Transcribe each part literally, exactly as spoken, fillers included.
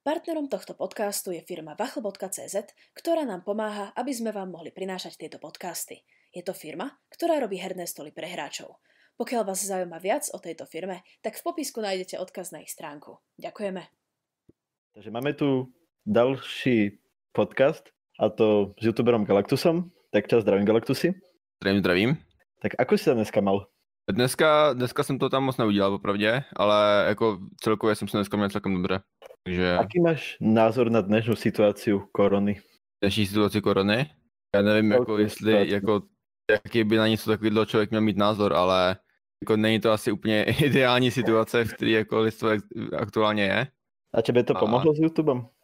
Partnerom tohto podcastu je firma vachl bodka cé zet, ktorá nám pomáha, aby sme vám mohli prinášať tieto podcasty. Je to firma, ktorá robí herné stoly pre hráčov. Pokiaľ vás zaujíma viac o tejto firme, tak v popisku nájdete odkaz na ich stránku. Ďakujeme. Takže máme tu ďalší podcast, a to s youtuberom Galactusom. Tak čau, zdravím Galactusy. Zdravím, zdravím. Tak ako si sa dneska mal? Dneska, dneska jsem to tam moc neudělal popravdě, ale jako celkově jsem se dneska měl celkem dobře. Takže... Aký máš názor na dnešní situaci korony? Dnešní situaci korony? Já nevím, jako, jestli, jako, jaký by na něco takového člověk měl mít názor, ale jako není to asi úplně ideální situace, v které jako lidstvo aktuálně je. A tebe to pomohlo A... s YouTubem? Uh,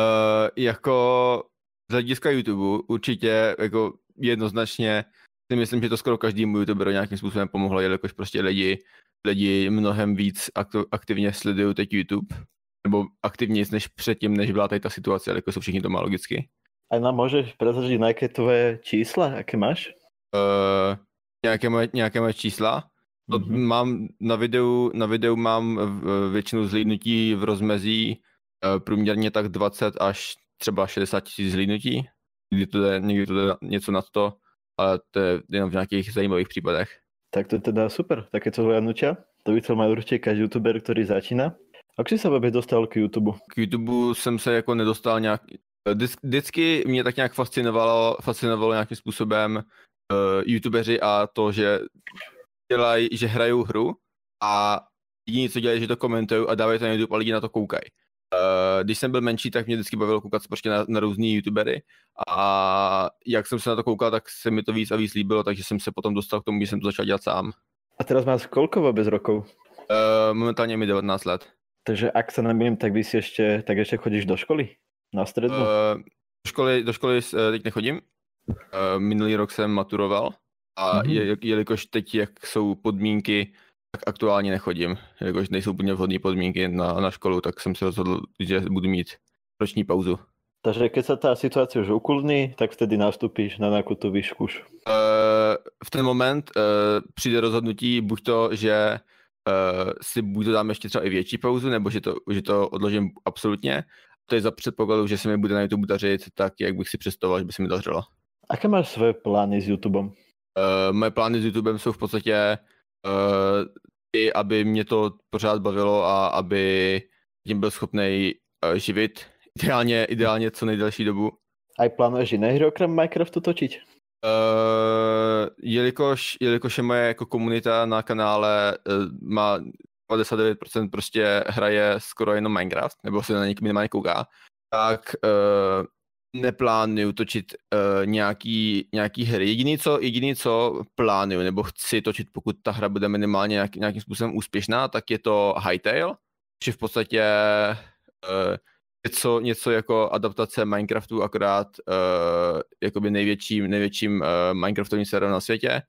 jako z hlediska YouTube určitě jako jednoznačně si myslím, že to skoro každému youtuberu nějakým způsobem pomohlo, jelikož prostě lidi, lidi mnohem víc aktivně sledují teď YouTube, nebo aktivněji než předtím, než byla tady ta situace, jelikož jsou všichni doma logicky. A nám můžeš prezradit, na jaké tvoje čísla, jaké máš? Uh, nějaké, moje, nějaké moje čísla? Mm-hmm. Mám na videu, na videu mám většinu zhlídnutí v rozmezí uh, průměrně tak dvacet až třeba šedesát tisíc zhlídnutí. Někdy to jde, někdy to jde něco nad to, ale to je jenom v nějakých zajímavých případech. Tak to je teda super, takéto zhlédnutia. To by chcel mať určite každý youtuber, ktorý začína. Ako si sa vůbec dostal k YouTube? K YouTube jsem se jako nedostal nějak... Vždycky mě tak nějak fascinovalo, fascinovalo nějakým způsobem uh, youtubeři a to, že dělají, že hrajou hru a jediné, co dělají, že to komentují a dávají to na YouTube a lidi na to koukají. Uh, když jsem byl menší, tak mě vždycky bavilo koukat prostě na, na různý youtubery a jak jsem se na to koukal, tak se mi to víc a víc líbilo, takže jsem se potom dostal k tomu, že jsem to začal dělat sám. A teraz máš koľko vůbec rokov? Uh, momentálně mi devätnásť let. Takže ak sa nemýlim, tak vy si ještě, tak ještě chodíš do školy? Na střední? Uh, do školy, do školy teď nechodím. Uh, minulý rok jsem maturoval a mm-hmm. je, jelikož teď jak jsou podmínky, tak aktuálně nechodím, jakož nejsou úplně vhodné podmínky na, na školu, tak jsem se rozhodl, že budu mít roční pauzu. Takže keď sa tá situácia už uklidní, tak vtedy nastupíš na nějakou tu výšku už? Uh, v ten moment uh, přijde rozhodnutí, buď to, že uh, si buď to dám ještě třeba i větší pauzu, nebo že to, že to odložím absolutně. To je za předpokladu, že se mi bude na YouTube dařit tak, jak bych si představoval, že by se mi dařilo. Aké máš své plány s YouTubem? Uh, moje plány s YouTubem jsou v podstatě Uh, i aby mě to pořád bavilo a aby tím byl schopný uh, živit. Ideálně, ideálně co nejdelší dobu. A plánuješ jiné hry okrem Minecraftu točit? Uh, jelikož, jelikož je moje jako komunita na kanále uh, má devadesát devět procent prostě hraje skoro jenom Minecraft, nebo se na něj minimálně kouká, tak uh, neplánuju točit uh, nějaký, nějaký hry. Jediný co, jediný, co plánuju, nebo chci točit, pokud ta hra bude minimálně nějak, nějakým způsobem úspěšná, tak je to Hytale, což je v podstatě uh, něco, něco jako adaptace Minecraftu, akorát uh, jakoby největším, největším uh, Minecraftovým serverem na světě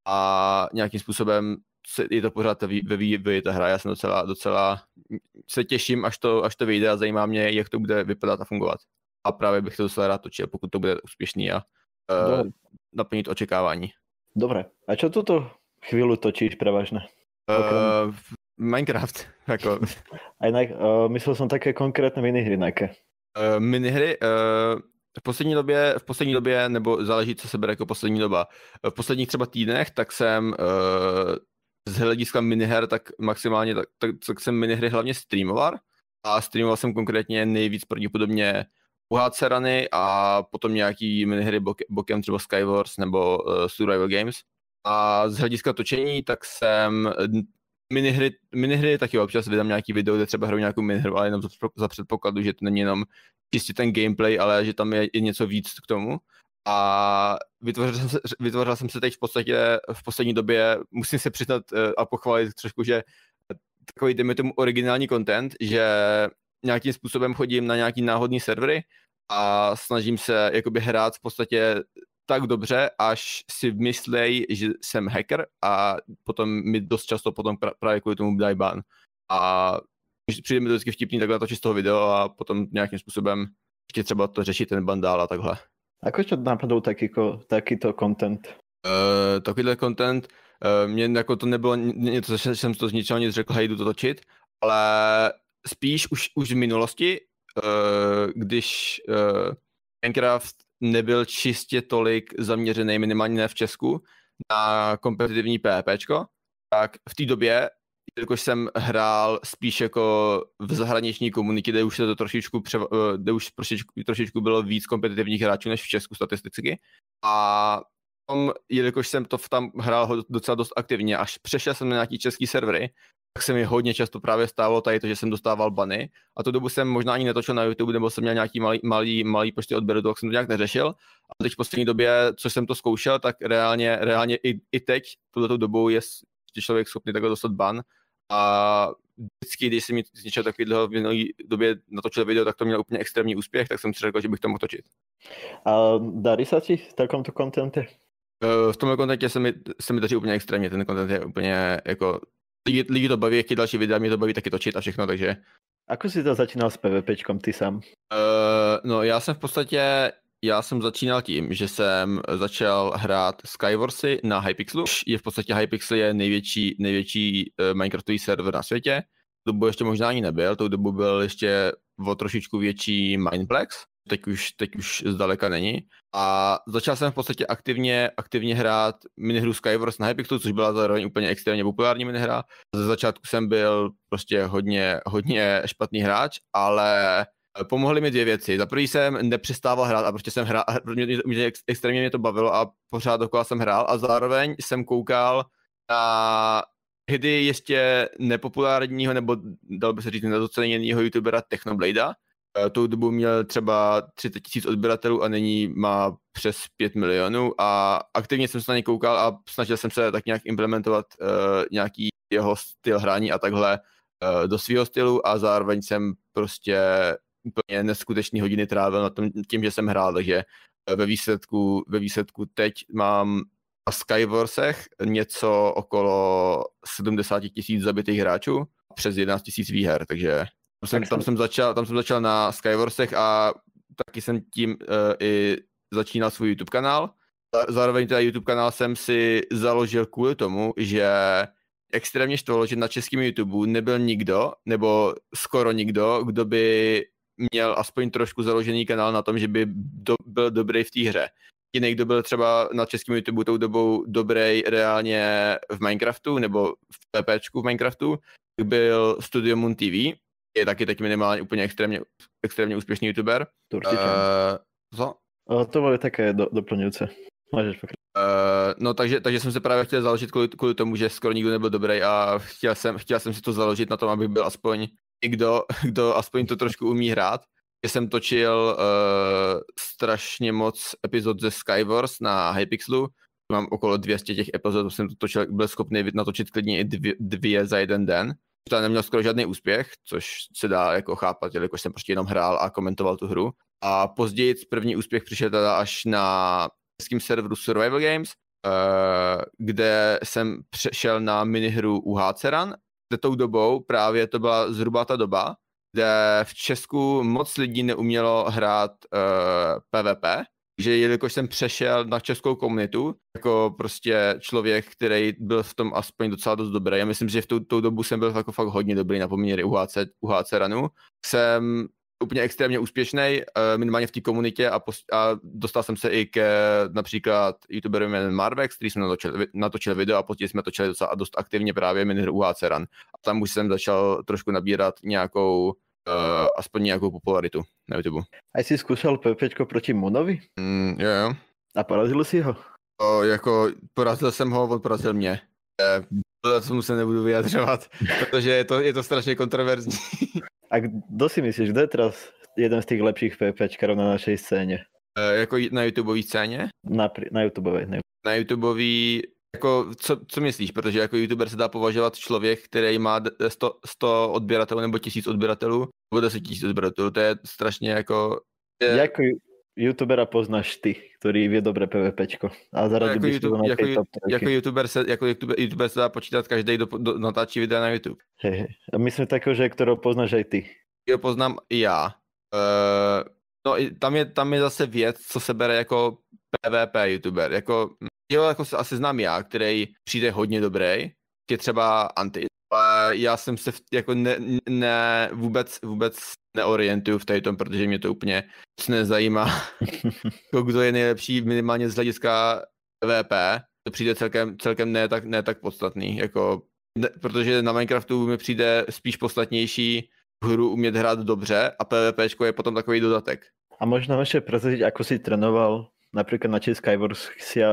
a nějakým způsobem se, je to pořád ve vývoji ta hra. Já jsem docela, docela se těším, až to, až to vyjde a zajímá mě, jak to bude vypadat a fungovat. A právě bych to docela rád točil, pokud to bude úspěšný a uh, naplnit očekávání. Dobre. A čo tuto chvíľu točíš prevažne? Uh, Minecraft. Jako. A jinak, uh, myslel jsem také konkrétne minihry nejaké. Uh, minihry? Uh, v poslední době, v poslední době, nebo záleží, co se bere jako poslední doba. V posledních třeba týdnech, tak jsem uh, z hlediska miniher, tak maximálně, tak, tak, tak jsem minihry hlavně streamoval. A streamoval jsem konkrétně nejvíc pravděpodobně U H C runy a potom nějaký minihry bokem třeba Skywars nebo uh, Survival Games. A z hlediska točení, tak jsem minihry, minihry taky občas vydám nějaký video, kde třeba hraju nějakou minihru, ale jenom za předpokladu, že to není jenom čistě ten gameplay, ale že tam je, je něco víc k tomu. A vytvořil jsem, se, vytvořil jsem se teď v podstatě v poslední době, musím se přiznat a pochválit trošku, že takový, dejme tomu, originální content, že nějakým způsobem chodím na nějaký náhodný servery a snažím se jakoby hrát v podstatě tak dobře, až si myslej, že jsem hacker a potom mi dost často potom právě kvůli tomu dají ban. A přijde mi to vždycky vtipný takhle točit z toho video a potom nějakým způsobem ještě třeba to řešit ten ban dál a takhle. Ako čo napadl takýko, takýto content? Uh, takovýhle content, uh, mě jako to nebylo něco, že jsem to z ničeho nic řekl, hej, jdu to točit, ale spíš už, už v minulosti když Minecraft nebyl čistě tolik zaměřený, minimálně ne v Česku, na kompetitivní PvPčko, tak v té době, jelikož jsem hrál spíš jako v zahraniční komunitě, kde už se to trošičku, převa, kde už trošičku, trošičku bylo víc kompetitivních hráčů než v Česku statisticky. A tom, jelikož jsem to tam hrál docela dost aktivně, až přešel jsem na nějaký český servery, tak se mi hodně často právě stávalo tady to, že jsem dostával bany. A tu dobu jsem možná ani netočil na YouTube, nebo jsem měl nějaký malý, malý, malý počty odběru, tak jsem to nějak neřešil. A teď v poslední době, co jsem to zkoušel, tak reálně, reálně i, i teď, tuto dobu je člověk schopný takhle dostat ban. A vždycky, když jsem z něčeho takového v minulé době natočil video, tak to měl úplně extrémní úspěch, tak jsem si řekl, že bych to mohl točit. A darí sa ti v takomto kontente? V tomhle kontentě se mi, se mi daří úplně extrémně, ten kontent je úplně jako, lidi, lidi to baví, jaký další videa, mě to baví taky točit a všechno, takže. Ako si to začínal s PvPčkom ty sám? Uh, no já jsem v podstatě, já jsem začínal tím, že jsem začal hrát Skywarsy na Hypixelu. Je v podstatě Hypixel je největší, největší uh, Minecraftový server na světě. Tu dobu ještě možná ani nebyl, tou dobu byl ještě o trošičku větší Mineplex. Teď už, teď už zdaleka není. A začal jsem v podstatě aktivně, aktivně hrát minihru Skywars na Hypixelu, což byla zároveň úplně extrémně populární minihra. Ze začátku jsem byl prostě hodně, hodně špatný hráč, ale pomohly mi dvě věci. Za prvý jsem nepřestával hrát a prostě jsem hrál, mě, mě, extrémně mě to bavilo a pořád dokola jsem hrál a zároveň jsem koukal na hdy ještě nepopulárního nebo dal by se říct nedoceněného youtubera Technoblada. Tou dobu měl třeba třicet tisíc odběratelů a nyní má přes pět milionů a aktivně jsem se na ně koukal a snažil jsem se tak nějak implementovat uh, nějaký jeho styl hraní a takhle uh, do svého stylu a zároveň jsem prostě úplně neskutečný hodiny trávil na tom tím, že jsem hrál, takže ve výsledku, ve výsledku teď mám na Skywarsech něco okolo sedmdesát tisíc zabitých hráčů přes jedenáct tisíc výher, takže Tam jsem, tam, jsem začal, tam jsem začal na Skywarsech a taky jsem tím uh, i začínal svůj YouTube kanál. Zároveň teda YouTube kanál jsem si založil kvůli tomu, že extrémně štvalo, že na českém YouTube nebyl nikdo, nebo skoro nikdo, kdo by měl aspoň trošku založený kanál na tom, že by do, byl dobrý v té hře. Jiný, kdo byl třeba na českém YouTube tou dobou dobrý reálně v Minecraftu, nebo v PPčku v Minecraftu, byl Studio Moon T V, je taky teď minimálně úplně extrémně, extrémně úspěšný youtuber. To určitě. Uh, co? O, to bylo také do, doplňující. Můžeš pokračovat. Uh, no takže, takže jsem se právě chtěl založit kvůli, kvůli tomu, že skoro nikdo nebyl dobrý a chtěl jsem, chtěl jsem si to založit na tom, aby byl aspoň někdo, kdo aspoň to trošku umí hrát. Já jsem točil uh, strašně moc epizod ze Skywars na Hypixelu. Mám okolo dvě stě těch epizod, jsem to točil, byl schopný natočit klidně i dvě, dvě za jeden den. To neměl skoro žádný úspěch, což se dá jako chápat, jelikož jsem prostě jenom hrál a komentoval tu hru. A později první úspěch přišel teda až na českém serveru Survival Games, kde jsem přešel na minihru U H C Run. Kde tou dobou právě to byla zhruba ta doba, kde v Česku moc lidí neumělo hrát PvP, že jelikož jsem přešel na českou komunitu, jako prostě člověk, který byl v tom aspoň docela dost dobrý, já myslím, že v tou, tou dobu jsem byl jako fakt hodně dobrý na poměry U H C, U H C Runu, jsem úplně extrémně úspěšný, minimálně v té komunitě a, post- a dostal jsem se i ke například youtuberu jménem Marvex, který jsme natočil, natočil video a později jsme točili docela dost aktivně právě minihru U H C Run. A tam už jsem začal trošku nabírat nějakou Uh, aspoň nějakou popularitu na YouTube. A jsi zkoušel PvPčko proti Moonovi? Mm, jo, jo. A porazil jsi ho? O, jako porazil jsem ho, on porazil mě. To tomu se nebudu vyjadřovat, protože je to, je to strašně kontroverzní. A kdo si myslíš, kdo je teraz jeden z těch lepších PvPčkarů na naší scéně? Uh, jako na YouTubeové scéně? Na, na YouTubeové. Ne. Na YouTubeové. Jako, co, co myslíš? Protože jako YouTuber se dá považovat člověk, který má sto, sto odběratelů nebo tisíc odběratelů, nebo deset tisíc odběratelů. To je strašně jako... Je... Jako YouTubera poznáš ty, který ví dobré PvPčko. A zaradil jako, bych YouTube, na jako, top jako, YouTuber se, jako YouTuber, YouTuber se dá počítat každý, do, do, natáčí videa na YouTube. Hey, a myslím takého, že kterou poznáš aj ty. Jo, poznám i já. Uh, no, tam je, tam je zase věc, co se bere jako PvP YouTuber. Jako... Jo, jako se asi znám já, který přijde hodně dobrý, je třeba Anti, ale já jsem se v, jako ne, ne, vůbec, vůbec neorientuju v tom, protože mě to úplně nezajímá, kdo je nejlepší minimálně z hlediska V P. To přijde celkem, celkem ne, tak, ne tak podstatný, jako, ne, protože na Minecraftu mi přijde spíš podstatnější hru umět hrát dobře a PvPčko je potom takový dodatek. A možno ešte prezradiť, ako si trénoval napríklad na či Skywars,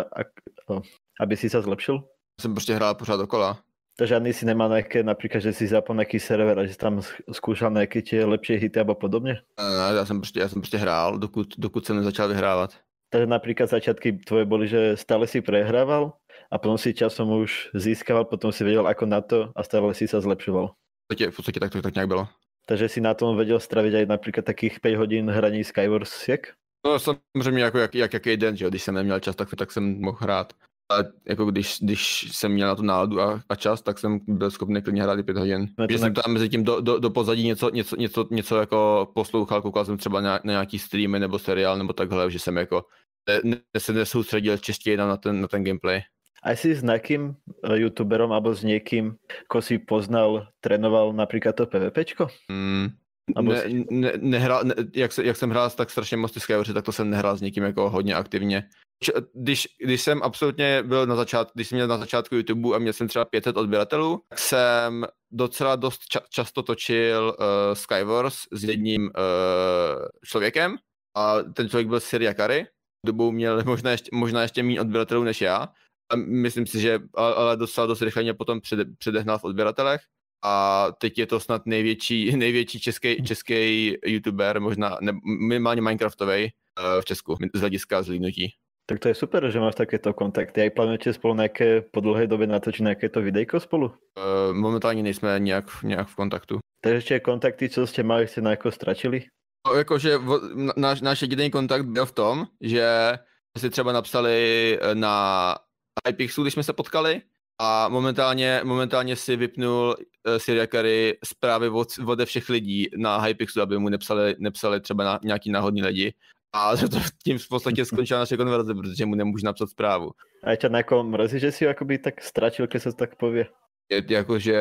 aby si sa zlepšil? Jsem prostě hrál pořád dokola. Takže žádný si nemal nejaké, napríklad, že si zapol nejaký server a že tam skúšal nejaké tie lepšie hity alebo podobne? Ne, já jsem prostě, já jsem prostě hrál, dokud, dokud jsem nezačal vyhrávat. Takže napríklad začiatky tvoje boli, že stále si prehrával a potom si časom už získaval, potom si vedel ako na to a stále si sa zlepšoval. V podstatě, v podstatě tak to tak nějak bylo. Takže si na tom vedel straviť aj napríklad takých päť hodín hraní Skywars, jak? No samozřejmě jako jak, jak jaký den, že jo? Když jsem neměl čas, tak, tak jsem mohl hrát. Ale jako když, když jsem měl na tu náladu a, a čas, tak jsem byl schopný klidně hrát i pět hodin. Že jsem tam mezi tím do, do, do pozadí něco, něco, něco, něco jako poslouchal, koukal jsem třeba na, na nějaký streamy nebo seriál nebo takhle, že jsem jako ne, ne, se nesoustředil čistě na ten, na ten gameplay. A si s nejakým youtuberom alebo s niekým, ko si poznal, trénoval napríklad to PvPčko? Mm, ne, si... ne, nehrál, ne, jak, se, jak jsem hrál tak strašně moc Skywarsy, tak to jsem nehrál s někým jako hodně aktivně. Když, když jsem absolutně byl na začátku, když jsem měl na začátku YouTube a měl jsem třeba pět set odběratelů, tak jsem docela dost ča- často točil uh, Skywars s jedním uh, člověkem a ten člověk byl Syria Kari. Dobou měl možná ještě, možná ještě méně odběratelů než já. A myslím si, že ale docela dost rychle mě potom před, předehnal v odběratelech a teď je to snad největší, největší český, český youtuber, možná ne, minimálně Minecraftovej uh, v Česku z hlediska zhlídnutí. Tak to je super, že máš takéto kontakty. Aj plánujete spolu nejaké po dlhej dobe natočiť nejakéto videjko spolu? Uh, momentálně nejsme nějak, nějak v kontaktu. Takže ešte kontakty, co ste mali, ste nejako ztratili? No, jakože náš, náš jediný kontakt byl v tom, že si třeba napsali na Hypixelu, když jsme se potkali a momentálně, momentálně si vypnul uh, Syria Kari zprávy od, ode všech lidí na Hypixelu, aby mu nepsali, nepsali třeba na nějaký náhodní lidi. A to tím v podstatě skončila naše konverze, protože mu nemůžu napsat zprávu. A ťa nejako mrzí, že si ho akoby tak ztratil, keď sa tak povie? Je, jakože,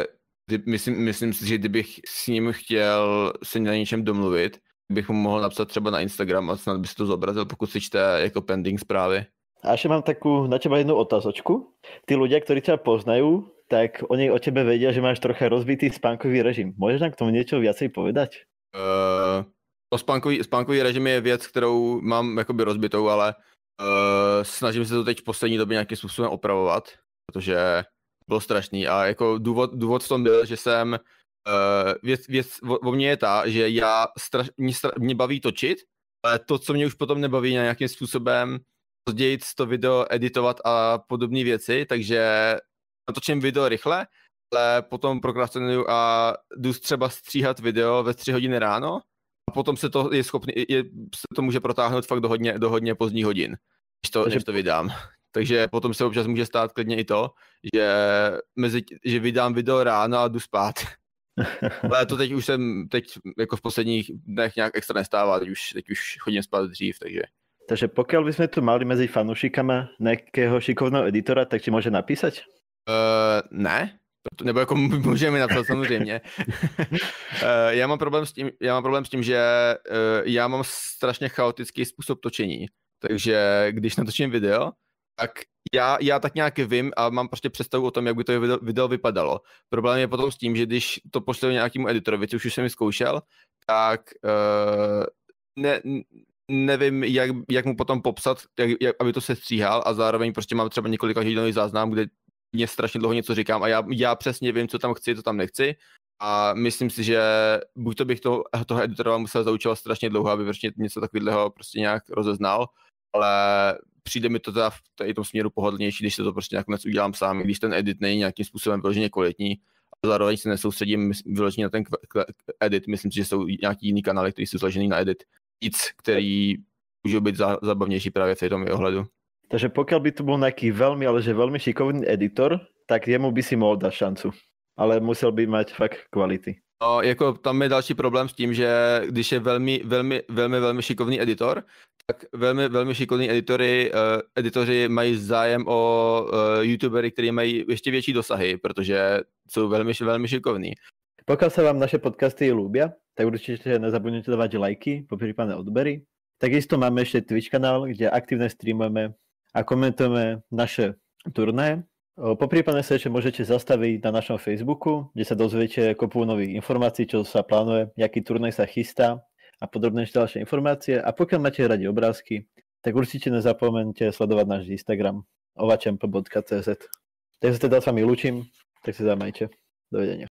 myslím, myslím si, že kdybych s ním chtěl se na něčem domluvit, bych mu mohl napsat třeba na Instagram a snad by si to zobrazil, pokud si čte jako pending zprávy. A ešte mám takú na teba jednu otázočku. Tí ľudia, ktorí ťa poznajú, tak oni o tebe vedia, že máš trocha rozbitý spánkový režim. Môžeš nám k tomu niečo viacej povedať? Uh... No, spánkový, spánkový režim je věc, kterou mám jakoby rozbitou, ale uh, snažím se to teď v poslední době nějakým způsobem opravovat, protože bylo strašný a jako důvod, důvod v tom byl, že jsem, uh, věc, věc o, o mně je ta, že já, straš, mě, stra, mě baví točit, ale to, co mě už potom nebaví nějakým způsobem později to video editovat a podobné věci, takže natočím video rychle, ale potom prokrastinuju a jdu třeba stříhat video ve tři hodiny ráno, a potom se to je schopný, je, se to může protáhnout fakt do hodně, do hodně pozdních hodin, než to, než to vydám. Takže potom se občas může stát klidně i to, že, mezi, že vydám video ráno a jdu spát. Ale to teď už jsem, teď jako v posledních dnech nějak extra nestává, teď už, teď už chodím spát dřív, takže. Takže pokiaľ by sme tu mali medzi fanúšikama nejakého šikovného editora, tak ti môže napísať? Uh, ne. Nebo jako můžeme napsat samozřejmě. já, mám problém s tím, já mám problém s tím, že já mám strašně chaotický způsob točení. Takže když natočím video, tak já, já tak nějak vím a mám prostě představu o tom, jak by to video, video vypadalo. Problém je potom s tím, že když to pošlu nějakému editorovi, což už jsem mi zkoušel, tak uh, ne, nevím, jak, jak mu potom popsat, jak, jak, aby to sestříhal a zároveň prostě mám třeba několika hodinový záznam, kde mě strašně dlouho něco říkám a já, já přesně vím, co tam chci, co tam nechci a myslím si, že buď to bych to, toho editora musel zaučovat strašně dlouho, aby prostě něco takového prostě nějak rozeznal, ale přijde mi to teda v tady tom směru pohodlnější, když se to prostě nakonec udělám sám, když ten edit není nějakým způsobem vyloženě kvalitní a zároveň se nesoustředím vyloženě na ten edit, myslím si, že jsou nějaký jiný kanály, který jsou zložený na edit, víc, který můžou být zábavnější právě v tom ohledu. Takže pokiaľ by tu bol nejaký veľmi, ale že veľmi šikovný editor, tak jemu by si mohol dať šancu. Ale musel by mať fakt kvality. No, jako tam je další problém s tím, že když je velmi, velmi, velmi, velmi šikovný editor, tak velmi, velmi šikovný editory, uh, editoři mají zájem o uh, youtubery, kteří mají ještě větší dosahy, protože jsou velmi, velmi šikovní. Pokiaľ sa vám naše podcasty ľúbia, tak určite nezabudnite dávať lajky, poprípadne odbery. Takisto máme ešte Twitch kanál, kde aktívne streamujeme a komentujeme naše turnaje. Poprípadne sa ešte môžete zastaviť na našom Facebooku, kde sa dozviete kopu nových informácií, čo sa plánuje, aký turnaj sa chystá a podrobné ešte ďalšie informácie. A pokiaľ máte radi obrázky, tak určite nezapomeňte sledovať náš Instagram ovachamp bodka cé zet. Takže sa teda s vami lúčim, tak sa zamajte. Dovidenia.